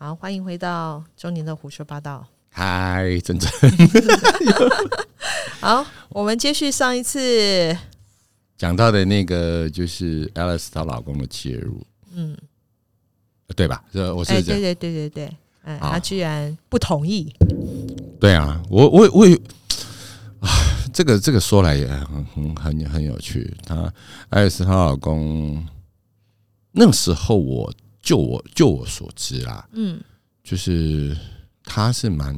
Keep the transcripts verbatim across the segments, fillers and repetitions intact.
好，欢迎回到中年的胡说八道。 嗨，真真。 好，我们接续上一次讲到的那个，就是 Alice 她老公的介入，嗯，对吧？这我是这样、 欸、对对对对对，哎、欸，他居然不同意。 对啊，我我我也啊，这个这个说来也很很很很有趣。她 Alice 她老公那时候我，我就我就我所知啦，嗯，就是他是蛮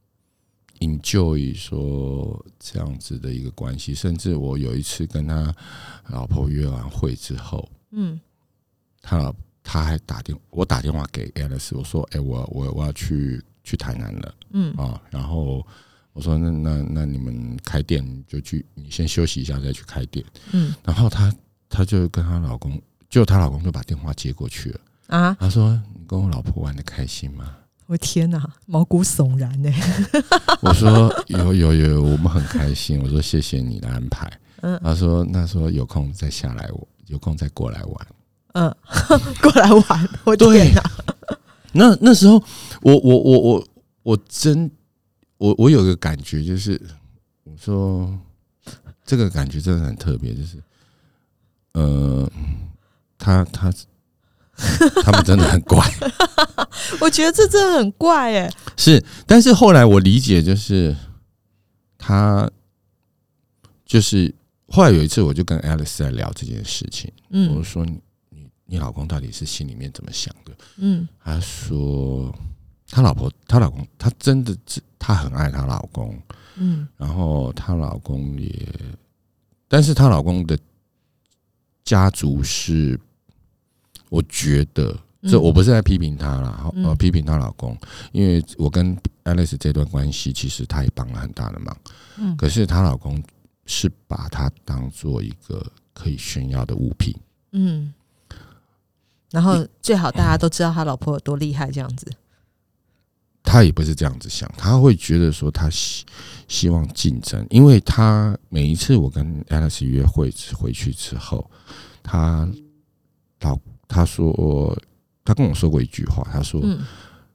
enjoy 说这样子的一个关系，甚至我有一次跟他老婆约完会之后，嗯，他老他还打电我打电话给 Alice， 我说，哎、欸，我我我要去去台南了，嗯啊，然后我说那那那你们开店就去，你先休息一下再去开店，嗯，然后他他就跟她老公，就她老公就把电话接过去了啊，他说你跟我老婆玩得开心吗？ 我天哪，毛骨悚然呢！ 我说有有有，我们很开心。我说谢谢你的安排。嗯，他说那说有空再下来，我有空再过来玩。嗯， 过来玩，我天哪！ 那那时候我我我我我真我我有个感觉，就是我说这个感觉真的很特别，就是呃，他他。他们真的很怪， 我觉得这真的很怪耶。 是，但是后来我理解，就是他就是后来有一次，我就跟 Alice 在聊这件事情，嗯，我说你你老公到底是心里面怎么想的？嗯，他说他老婆他老公他真的他很爱他老公，嗯，然后他老公也，但是他老公的家族是。我觉得这我不是在批评她啦，嗯呃，批评她老公，因为我跟 Alice 这段关系，其实她也帮了很大的忙。嗯，可是她老公是把她当做一个可以炫耀的物品。嗯， 然后最好大家都知道他老婆有多厉害，这样子。 他也不是这样子想，他会觉得说他希希望竞争，因为他每一次我跟 Alice 约会回去之后，他老。他说，他跟我说过一句话，他说：“嗯、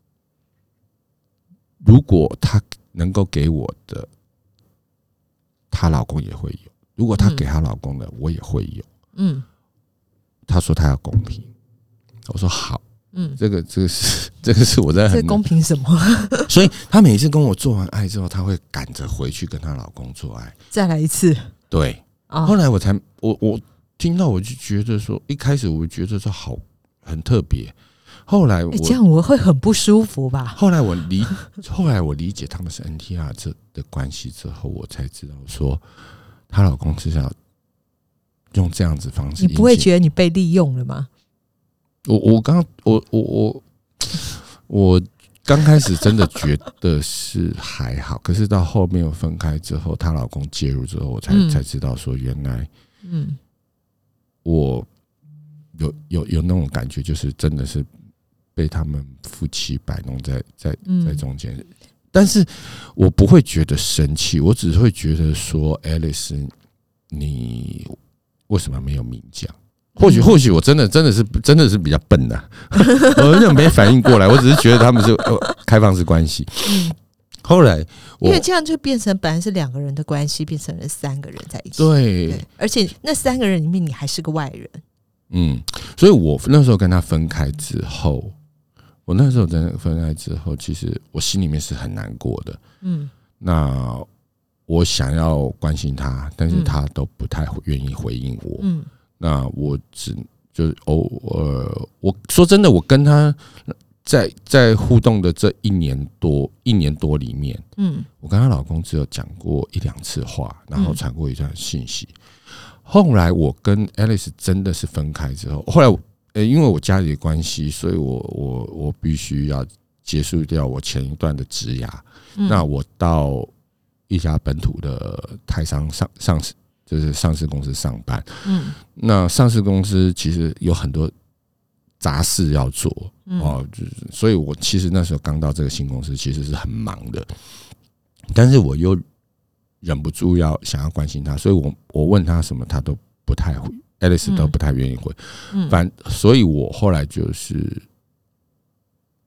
如果他能够给我的，她老公也会有；如果她给她老公的，我也会有。”嗯，他说他要公平，我说好。嗯，这个这个是这个是我在很这公平什么？ 所以他每次跟我做完爱之后，他会赶着回去跟她老公做爱， 再来一次。 对，哦、后来我才我我。听到我就觉得说，一开始我觉得说好很特别，后来我、欸、 这样我会很不舒服吧？ 后来我理后来我理解他们是 N T R 这的关系之后，我才知道说，她老公是想用这样子方式。 你不会觉得你被利用了吗？ 我我刚我我我我刚开始真的觉得是还好，可是到后面我分开之后，她老公介入之后，我才、嗯、才知道说原来嗯。我有有有那种感觉，就是真的是被他们夫妻摆弄在在在中间、嗯，但是我不会觉得生气，我只会觉得说 ，Alice， 你为什么没有明讲？或许或许我真的真的是真的是比较笨的、啊，我就没反应过来，我只是觉得他们是开放式关系。嗯后来我， 因为这样就变成本来是两个人的关系，变成了三个人在一起。 对， 对，而且那三个人里面，你还是个外人。 嗯，所以我那时候跟他分开之后，我那时候跟他分开之后，其实我心里面是很难过的。嗯，那我想要关心他，但是他都不太愿意回应我。嗯，那我只就是偶尔，我说真的，我跟他。在在互动的这一年多一年多里面，嗯，我跟她老公只有讲过一两次话，然后传过一段信息。嗯、后来我跟 Alice 真的是分开之后，后来、欸、因为我家里的关系，所以我我我必须要结束掉我前一段的职涯。嗯、那我到一家本土的台商上上市，就是上市公司上班。嗯，那上市公司其实有很多。杂事要做哦，就是，所以我其实那时候刚到这个新公司，其实是很忙的，但是我又忍不住要想要关心他，所以我我问他什么，他都不太回 ，Alice 都不太愿意回，反，所以我后来就是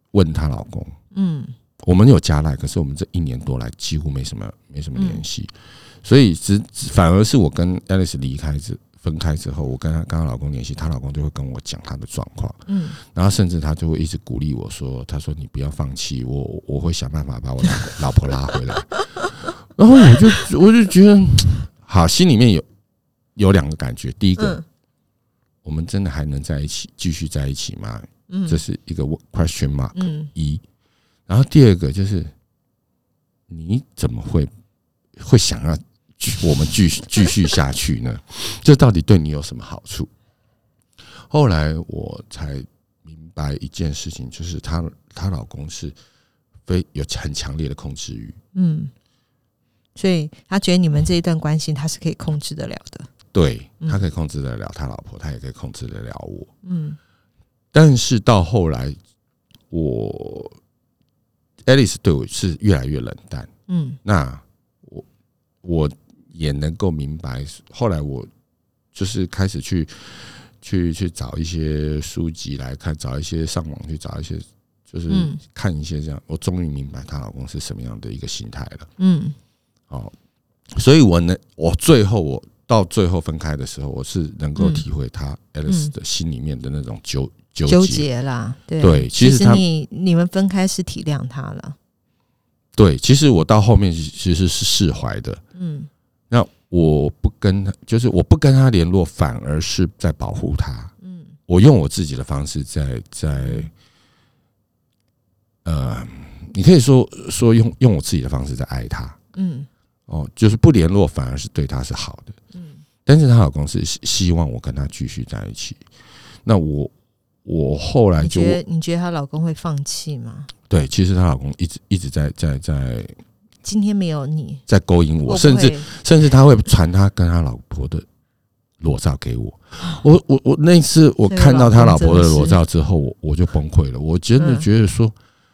问她老公， 嗯， 我们有加赖，可是我们这一年多来几乎没什么没什么联系，嗯、所以只反而是我跟 Alice 离开之分开之后，我跟她跟她老公联系，她老公就会跟我讲她的状况，嗯，然后甚至他就会一直鼓励我说，他说你不要放弃，我我会想办法把我老婆拉回来，然后我就我就觉得好，心里面有有两个感觉，第一个。嗯，我们真的还能在一起，继续在一起吗？嗯，这是一个 question mark 一、嗯。然后第二个就是，你怎么会会想要我们继续继续下去呢？这到底对你有什么好处？后来我才明白一件事情，就是她她老公是非有很强烈的控制欲，嗯， 所以他觉得你们这一段关系他是可以控制得了的。 对，他可以控制得了他老婆，他也可以控制得了我。嗯，但是到后来，我 Alice 对我是越来越冷淡。嗯，那我我也能够明白，后来我就是开始去去去找一些书籍来看，找一些上网去找一些，就是看一些这样，我终于明白她老公是什么样的一个心态了。嗯，好，所以我能，我最后我。到最后分开的时候，我是能够体会他 Alice 的心里面的那种纠纠纠结啦。对， 对， 其实你你们分开是体谅他了。 对，其实我到后面其实是释怀的。嗯，那我不跟他，就是我不跟他联络，反而是在保护他。嗯，我用我自己的方式在在，呃，你可以说说用用我自己的方式在爱他。嗯。哦，就是不联络反而是对她是好的，嗯，但是她老公是希望我跟她继续在一起。那我我后来就， 你觉得你觉得她老公会放弃吗？ 对，其实她老公一直一直在在在， 今天没有你， 在勾引我，甚至甚至他会传他跟他老婆的裸照给我。我我我那次我看到他老婆的裸照之后，我我就崩溃了。我真的觉得说，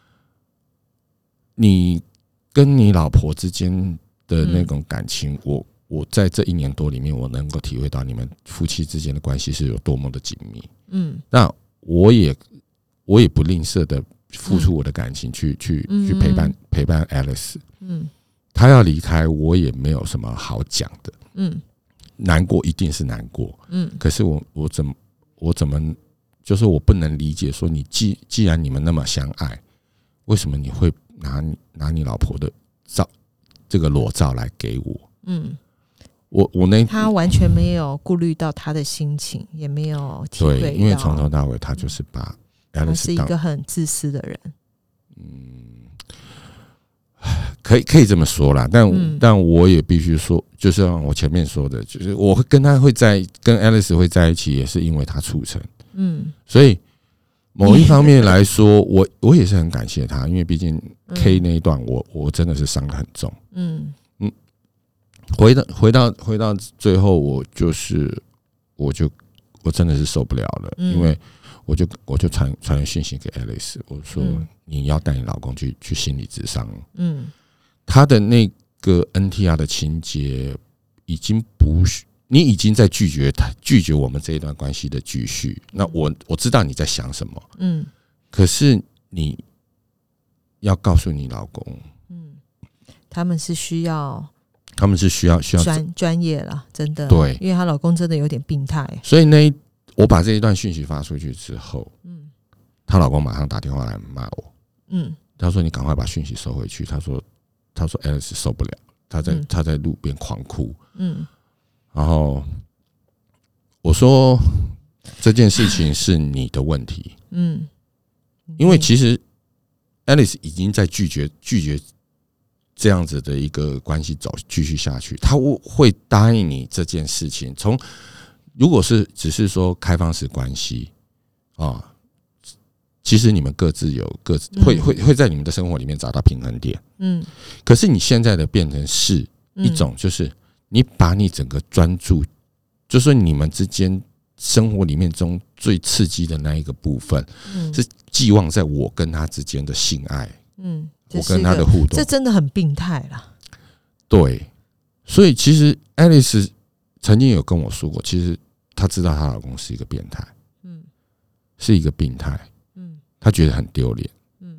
你跟你老婆之间的那种感情，我我在这一年多里面，我能够体会到你们夫妻之间的关系是有多么的紧密。嗯，那我也我也不吝啬的付出我的感情去去去陪伴陪伴 Alice。嗯，她要离开，我也没有什么好讲的。嗯，难过一定是难过。嗯，可是我我怎么我怎么就是我不能理解说，你既既然你们那么相爱，为什么你会拿你拿你老婆的照？这个裸照来给我，嗯，我我那他完全没有顾虑到他的心情，也没有体会到， 对，因为从头到尾他就是把 Alice 他是一个很自私的人， 嗯，可以可以这么说啦，但、嗯、但我也必须说，就像我前面说的，就是我跟他会在跟 Alice 会在一起，也是因为他促成，嗯，所以。某一方面来说，我我也是很感谢他，因为毕竟 K 那一段我我真的是伤得很重。嗯嗯，回到回到回到最后，我就是我就我真的是受不了了，因为我就我就传传讯息给 Alice， 我说你要带你老公去去心理咨商。嗯，他的那个 N T R 的情节已经不是。你已经在拒绝他，拒绝我们这一段关系的继续。那我我知道你在想什么，嗯，可是你要告诉你老公，嗯， 他们是需要， 他们是需要需要专专业了，真的， 对， 因为她老公真的有点病态， 所以那一我把这一段讯息发出去之后，嗯，她老公马上打电话来骂我，嗯，他说你赶快把讯息收回去，他说他说 Alice 受不了，他在、嗯、他在路边狂哭，嗯。然后我说这件事情是你的问题，嗯，因为其实 Alice 已经在拒绝拒绝这样子的一个关系走继续下去，他会答应你这件事情。从如果是只是说开放式关系啊，其实你们各自有各自会会会在你们的生活里面找到平衡点，嗯，可是你现在的变成是一种就是。你把你整个专注，就是说你们之间生活里面中最刺激的那一个部分，嗯、是寄望在我跟他之间的性爱，嗯，我跟他的互动， 这真的很病态啦。 对，所以其实 Alice 曾经有跟我说过，其实她知道她老公是一个变态，嗯，是一个病态，嗯，她觉得很丢脸，嗯，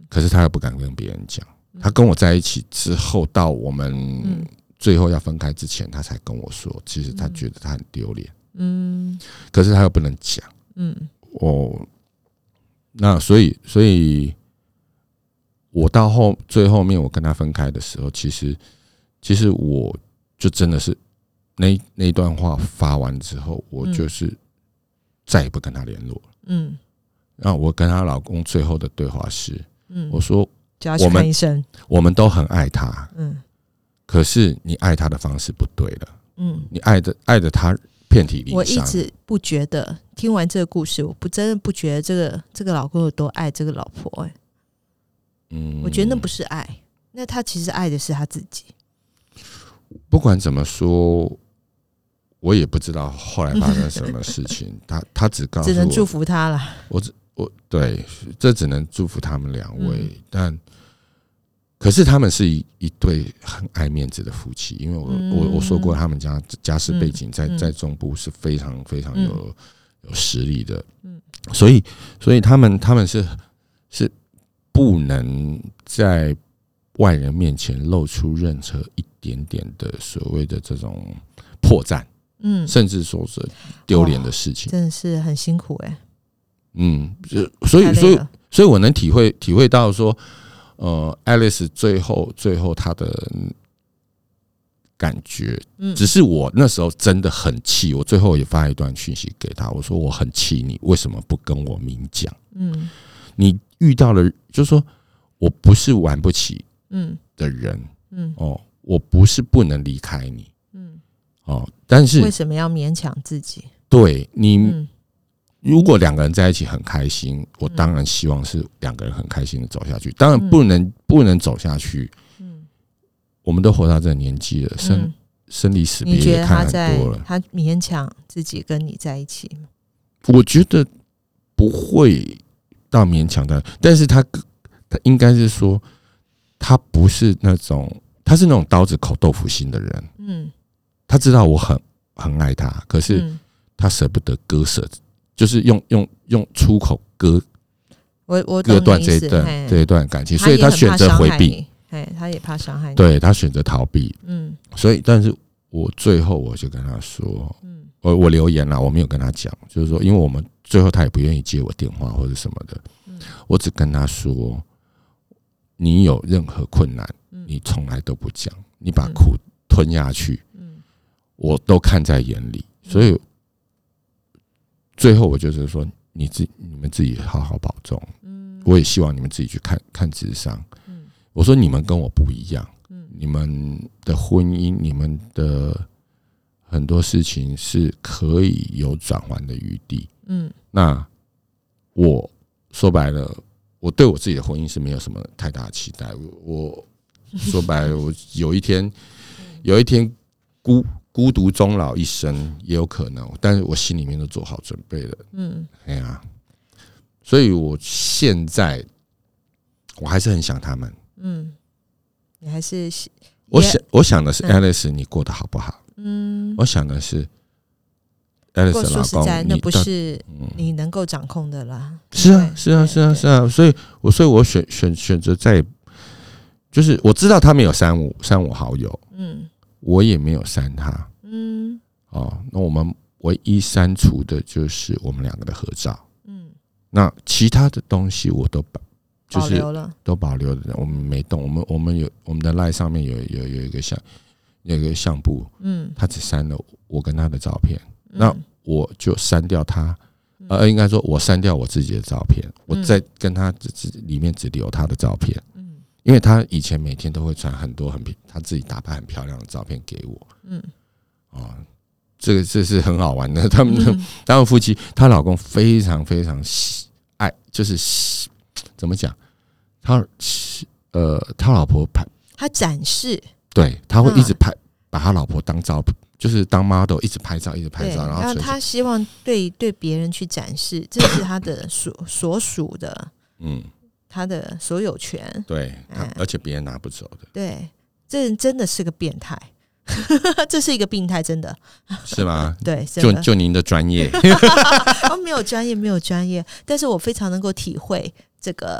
可是他又不敢跟别人讲。他跟我在一起之后，到我们最后要分开之前，他才跟我说，其实他觉得他很丢脸。嗯，可是他又不能讲。嗯，我那所以所以，我到后最后面我跟他分开的时候，其实其实我就真的是那那段话发完之后，我就是再也不跟他联络了。嗯，然后我跟她老公最后的对话是，嗯，我说。 就要去看医生， 我们都很爱他，嗯，可是你爱他的方式不对了，嗯，你爱的爱的他遍体鳞伤。 我一直不觉得，听完这个故事，我不真的不觉得这个这个老公有多爱这个老婆、欸，嗯，我觉得那不是爱，那他其实爱的是他自己。 不管怎么说，我也不知道后来发生什么事情，他他只告诉我， 只能祝福他了。 我只我对，这只能祝福他们两位，嗯、但。可是他们是一一对很爱面子的夫妻，因为我、嗯、我我说过，他们家家世背景在、嗯、在中部是非常非常有、嗯、有实力的，嗯，所以所以他们他们是是不能在外人面前露出任何一点点的所谓的这种破绽，嗯，甚至说是丢脸的事情， 真的是很辛苦哎、欸， 嗯，所以所以所以我能体会体会到说。呃 ，Alice 最后最后她的感觉，只是我那时候真的很气，我最后也发一段讯息给她，我说我很气你，为什么不跟我明讲？嗯，你遇到了，就是说我不是玩不起的人，嗯，哦，我不是不能离开你，嗯，哦，但是为什么要勉强自己？ 对你。嗯，如果两个人在一起很开心，我当然希望是两个人很开心的走下去。当然不能、嗯、不能走下去。嗯，我们都活到这个年纪了，生、嗯、生离死别也看很多了。 他勉强自己跟你在一起吗？ 我觉得不会到勉强的，但是他他应该是说，他不是那种，他是那种刀子口豆腐心的人。嗯，他知道我很很爱他，可是他舍不得割舍。就是用用用出口割我我割断这一段这一段感情，所以他选择回避， 他也怕伤害你， 对他选择逃避，嗯，所以但是我最后我就跟他说，嗯，我我留言啦，我没有跟他讲，就是说，因为我们最后他也不愿意接我电话或者什么的，嗯，我只跟他说，你有任何困难，你从来都不讲，你把苦吞下去，嗯，我都看在眼里，所以。最后我就是说，你自你们自己好好保重。嗯，我也希望你们自己去看看諮商。嗯，我说你们跟我不一样，嗯，你们的婚姻，你们的很多事情是可以有转圜的余地。嗯，那我说白了，我对我自己的婚姻是没有什么太大的期待。我说白了，我有一天，有一天孤。孤独终老一生也有可能，但是我心里面都做好准备了。嗯，哎呀，所以我现在我还是很想他们。嗯， 你还是我想我想的是 Alice 你过得好不好？嗯，我想的是 Alice 的老公， 那不是你能够掌控的啦。 是啊，是啊，是啊，是啊，所以我所以我选选选择在，就是我知道他没有删我删我好友。嗯。我也没有删他，嗯，哦，那我们唯一删除的就是我们两个的合照，嗯，那其他的东西我都把就是都保留了，我们没动。我们我们有我们的 LINE 上面有有有一个相有一个相簿，嗯，他只删了我跟他的照片，嗯、那我就删掉他，呃，应该说我删掉我自己的照片，我再跟他只里面只留他的照片。因为他以前每天都会传很多很他自己打扮很漂亮的照片给我，嗯，哦，这个这是很好玩的。他们、嗯、他们夫妻，她老公非常非常爱，就是怎么讲，他呃，他老婆拍， 他展示， 对，他会一直拍，嗯、把他老婆当照片，就是当 model， 一直拍照，一直拍照，然后他希望对对别人去展示，这是他的所所属的，嗯。他的所有权， 对，而且别人拿不走的。 对，这人真的是个变态，这是一个病态，真的是吗？ 对， 就就您的专业， 哦，没有专业，没有专业，但是我非常能够体会这个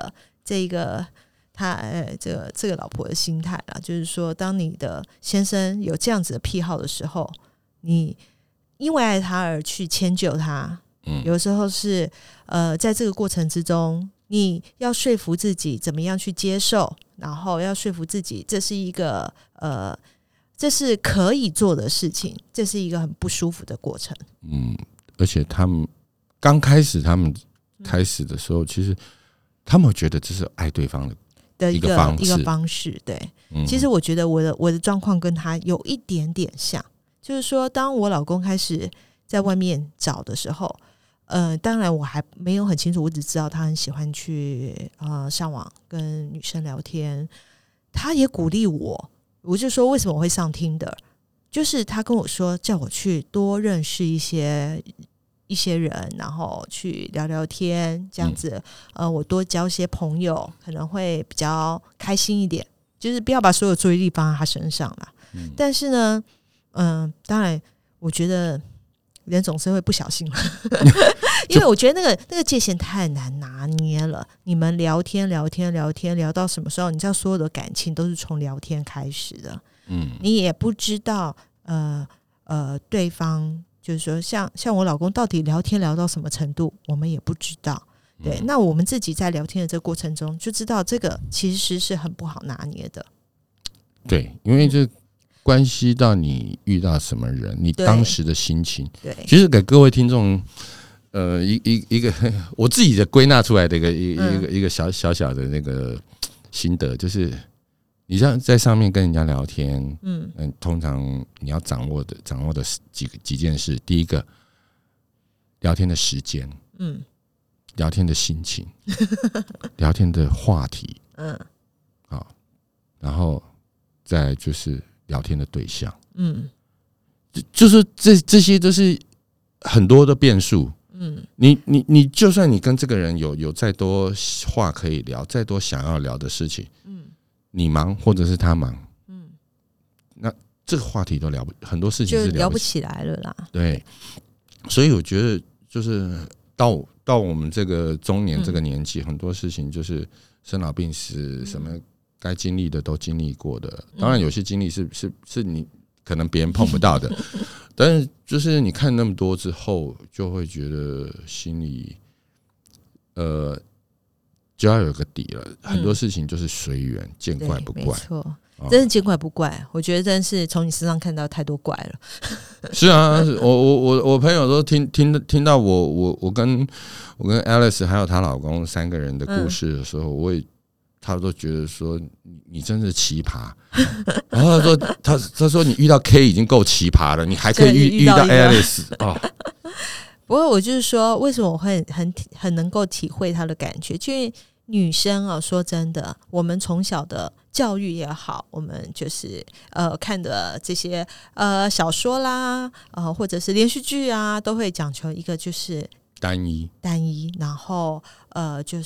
这个他呃这个这个老婆的心态啦，就是说，当你的先生有这样子的癖好的时候，你因为爱他而去迁就他，嗯，有时候是呃在这个过程之中，你要说服自己怎么样去接受，然后要说服自己这是一个呃。这是可以做的事情，这是一个很不舒服的过程。 嗯，而且他们刚开始，他们开始的时候，嗯、其实他们觉得这是爱对方的一个方式， 一个方式。对，嗯、其实我觉得我的我的状况跟他有一点点像，就是说，当我老公开始在外面找的时候，呃，当然我还没有很清楚，我只知道他很喜欢去呃上网跟女生聊天，他也鼓励我。我就说为什么我会上Tinder，就是他跟我说叫我去多认识一些一些人，然后去聊聊天，这样子，嗯、呃，我多交些朋友，可能会比较开心一点。就是不要把所有注意力放在他身上啦。嗯、但是呢，嗯、呃，当然，我觉得人总是会不小心，因为我觉得那个那个界限太难拿捏了。你们聊天聊天聊天聊到什么时候？你知道，所有的感情都是从聊天开始的。嗯，你也不知道，呃呃，对方就是说，像像我老公到底聊天聊到什么程度，我们也不知道。对，嗯、那我们自己在聊天的这个过程中，就知道这个其实是很不好拿捏的。 对，因为这关系到你遇到什么人，你当时的心情。 对， 其实给各位听众。呃，一一一个我自己的归纳出来的一个一个、嗯、一个一个小小小的那个心得，就是你像在上面跟人家聊天，嗯嗯，通常你要掌握的掌握的几几件事，第一个，聊天的时间，嗯，聊天的心情，聊天的话题，嗯，好，然后再就是聊天的对象，嗯，就是这这些都是很多的变数。嗯，你你你，就算你跟这个人有有再多话可以聊，再多想要聊的事情，嗯，你忙或者是他忙，嗯，那这个话题都聊不，很多事情是聊不起来了啦。 对，所以我觉得就是到到我们这个中年这个年纪，嗯、很多事情就是生老病死，什么该经历的都经历过的。当然，有些经历是是是你可能别人碰不到的。但是，就是你看那么多之后，就会觉得心里，呃，就要有个底了。很多事情就是随缘，见怪不怪。没错，真是见怪不怪。我觉得真是从你身上看到太多怪了。 是啊，我我我我朋友都听听听到我我我跟我跟 Alice 还有她老公三个人的故事的时候，嗯、我也。他都觉得说你真是奇葩，然后他说他他说你遇到 K 已经够奇葩了，你还可以遇遇到 Alice 哦。 不过我就是说，为什么我会很很能够体会他的感觉？因为女生啊，说真的，我们从小的教育也好，我们就是呃看的这些呃小说啦，呃或者是连续剧啊，都会讲求一个就是单一单一，然后呃就是。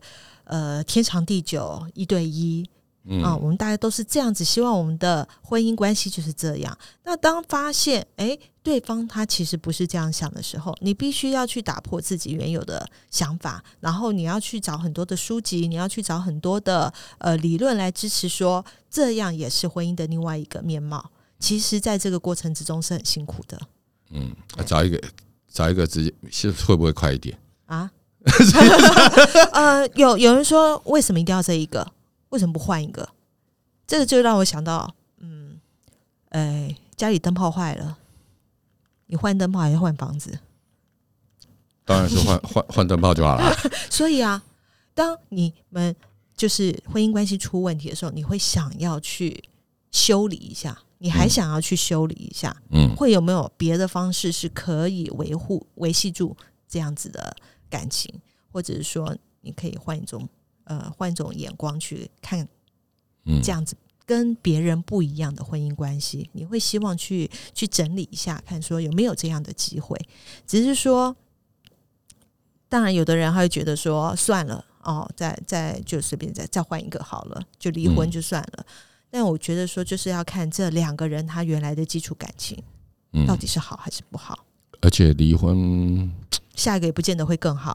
呃，天长地久，一对一，嗯、呃，我们大家都是这样子，希望我们的婚姻关系就是这样。那当发现，哎，对方他其实不是这样想的时候，你必须要去打破自己原有的想法，然后你要去找很多的书籍，你要去找很多的呃理论来支持说，这样也是婚姻的另外一个面貌。其实，在这个过程之中是很辛苦的。 嗯，找一个，找一个直接是会不会快一点啊？呃，有有人说，为什么一定要这一个？为什么不换一个？这个就让我想到，嗯，哎，家里灯泡坏了，你换灯泡还是换房子？ 当然是换换换灯泡就好了。 所以啊，当你们就是婚姻关系出问题的时候，你会想要去修理一下，你还想要去修理一下，嗯，会有没有别的方式是可以维护维系住这样子的？感情，或者是说，你可以换一种呃，换一种眼光去看，这样子跟别人不一样的婚姻关系，你会希望去去整理一下，看说有没有这样的机会。只是说，当然有的人他会觉得说，算了哦，再再就随便再再换一个好了，就离婚就算了。嗯、但我觉得说，就是要看这两个人他原来的基础感情、嗯、到底是好还是不好。 而且离婚。 下一个也不见得会更好。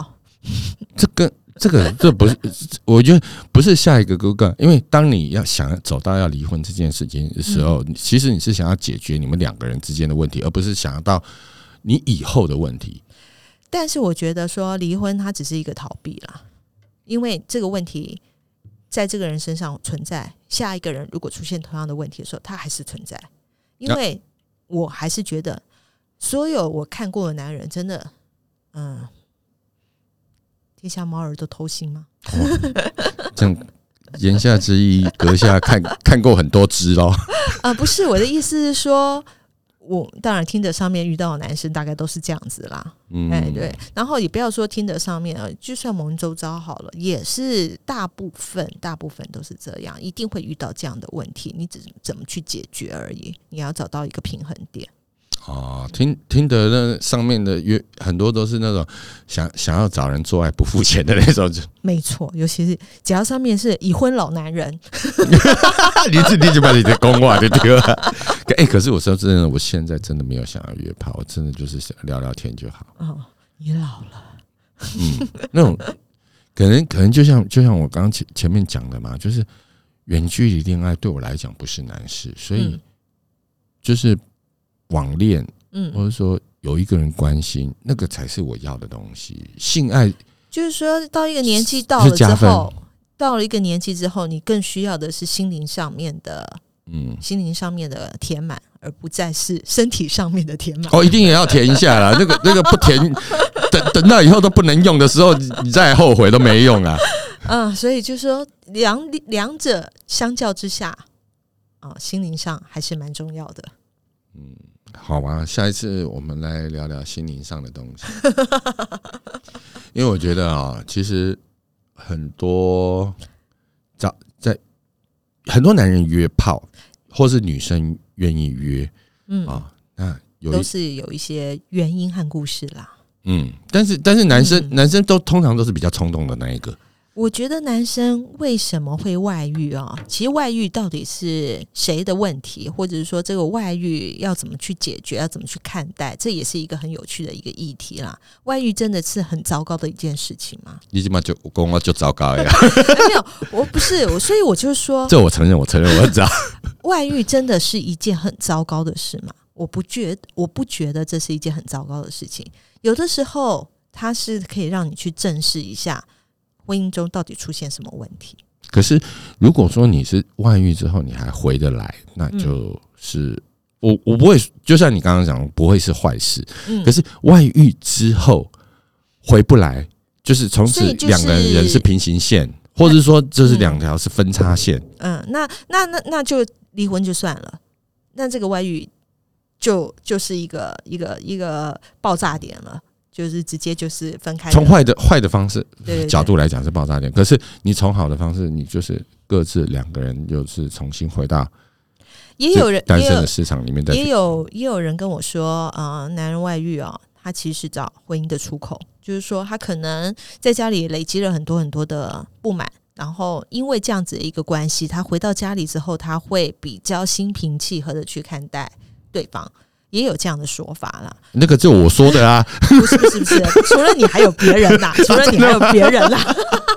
这个这个这不是，我觉得不是下一个个个，因为当你要想要走到要离婚这件事情的时候，嗯、其实你是想要解决你们两个人之间的问题，而不是想到你以后的问题。 但是我觉得说离婚它只是一个逃避啦，因为这个问题在这个人身上存在，下一个人如果出现同样的问题的时候，它还是存在。因为我还是觉得所有我看过的男人真的，嗯。天下猫儿都偷腥吗？ 哦、这样言下之意，阁下看看过很多只咯。 啊、呃，不是，我的意思是说，我当然听得上面遇到的男生大概都是这样子啦。嗯，哎，对，然后也不要说听得上面，就算我们周遭好了，也是大部分大部分都是这样，一定会遇到这样的问题，你只怎么去解决而已，你要找到一个平衡点。 哦，听听得那上面的约很多都是那种想想要找人做爱不付钱的那种， 没错，尤其是只要上面是已婚老男人， 你自己就把你的公话就丢了。哎、欸，可是我说真的，我现在真的没有想要约炮，我真的就是想聊聊天就好。 哦，你老了， 嗯，那种可能可能就像就像我刚刚前前面讲的嘛，就是远距离恋爱对我来讲不是难事，所以就是。网恋，嗯，或者说有一个人关心，那个才是我要的东西。性爱就是说到一个年纪到了之后，到了一个年纪之后，你更需要的是心灵上面的，嗯，心灵上面的填满，而不再是身体上面的填满。 哦，一定也要填一下啦，那个那个不填，等等到以后都不能用的时候，你再来后悔都没用啊。 嗯，所以就是说两两者相较之下，啊、哦，心灵上还是蛮重要的。 嗯。好吧，下一次我们来聊聊心灵上的东西，因为我觉得啊，其实很多在在很多男人约炮，或是女生愿意约，嗯啊，那有都是有一些原因和故事啦。 嗯，但是但是男生、嗯、男生都通常都是比较冲动的那一个。 我觉得男生为什么会外遇啊？其实外遇到底是谁的问题，或者是说这个外遇要怎么去解决，要怎么去看待，这也是一个很有趣的一个议题啦。外遇真的是很糟糕的一件事情吗？ 你怎么就跟我就糟糕呀？ 没有，我不是我，所以我就说， 这我承认，我承认，我知道， 外遇真的是一件很糟糕的事吗？我不觉，我不觉得这是一件很糟糕的事情。有的时候，它是可以让你去正视一下。婚姻中到底出现什么问题？ 可是如果说你是外遇之后你还回得来，那就是、嗯、我我不会，就像你刚刚讲，不会是坏事、嗯。可是外遇之后回不来，就是从此两个人是平行线，或者是说这是两条是分叉线。 嗯，那那那那就离婚就算了，那这个外遇就就是一个一个一个爆炸点了。就是直接就是分开。 从坏的坏的方式角度来讲是爆炸点，可是你从好的方式，你就是各自两个人就是重新回到也有人单身的市场里面， 也有也有人跟我说，呃，男人外遇啊、哦，他其实找婚姻的出口，就是说他可能在家里累积了很多很多的不满，然后因为这样子的一个关系，他回到家里之后，他会比较心平气和的去看待对方。也有这样的说法啦， 那个就我说的啊， 不是不是不是，除了你还有别人啦，除了你还有别人啦。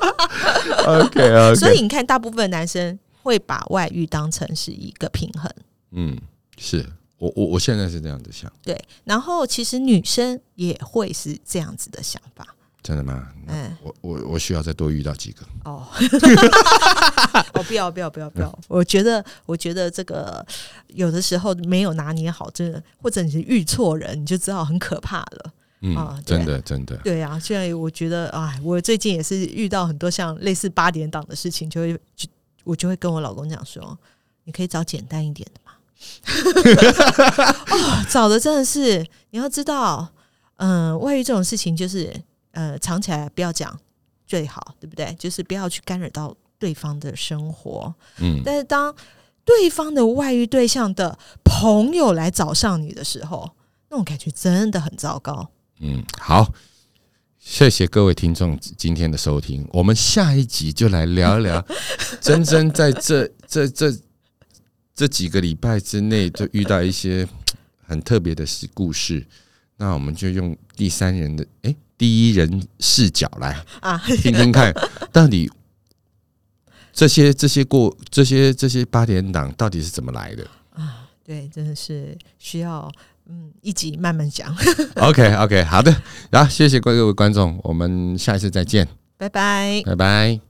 OK OK， 所以你看，大部分男生会把外遇当成是一个平衡。 嗯，是我我我现在是这样子想。 对，然后其实女生也会是这样子的想法。 真的吗？嗯，我我我需要再多遇到几个哦。哦，不要不要不要不要！我觉得我觉得这个有的时候没有拿捏好，真的，或者你是遇错人，你就知道很可怕了。 嗯，啊、真的真的。 对啊，所以我觉得，哎，我最近也是遇到很多像类似八点档的事情，就会就我就会跟我老公讲说，你可以找简单一点的嘛。哦，找的真的是你要知道，嗯、呃，外遇这种事情就是。呃，藏起来不要讲最好，对不对？就是不要去干扰到对方的生活。嗯，但是当对方的外遇对象的朋友来找上你的时候，那种感觉真的很糟糕。 嗯，好，谢谢各位听众今天的收听，我们下一集就来聊一聊真真在这这这这几个礼拜之内就遇到一些很特别的故事，那我们就用第三人的哎。 第一人视角来啊， 听听看，到底这些这些过这些这些八点档到底是怎么来的啊？对，真的是需要嗯一集慢慢讲。 OK OK， 好的，然后谢谢各位观众，我们下一次再见， 拜拜， 拜拜。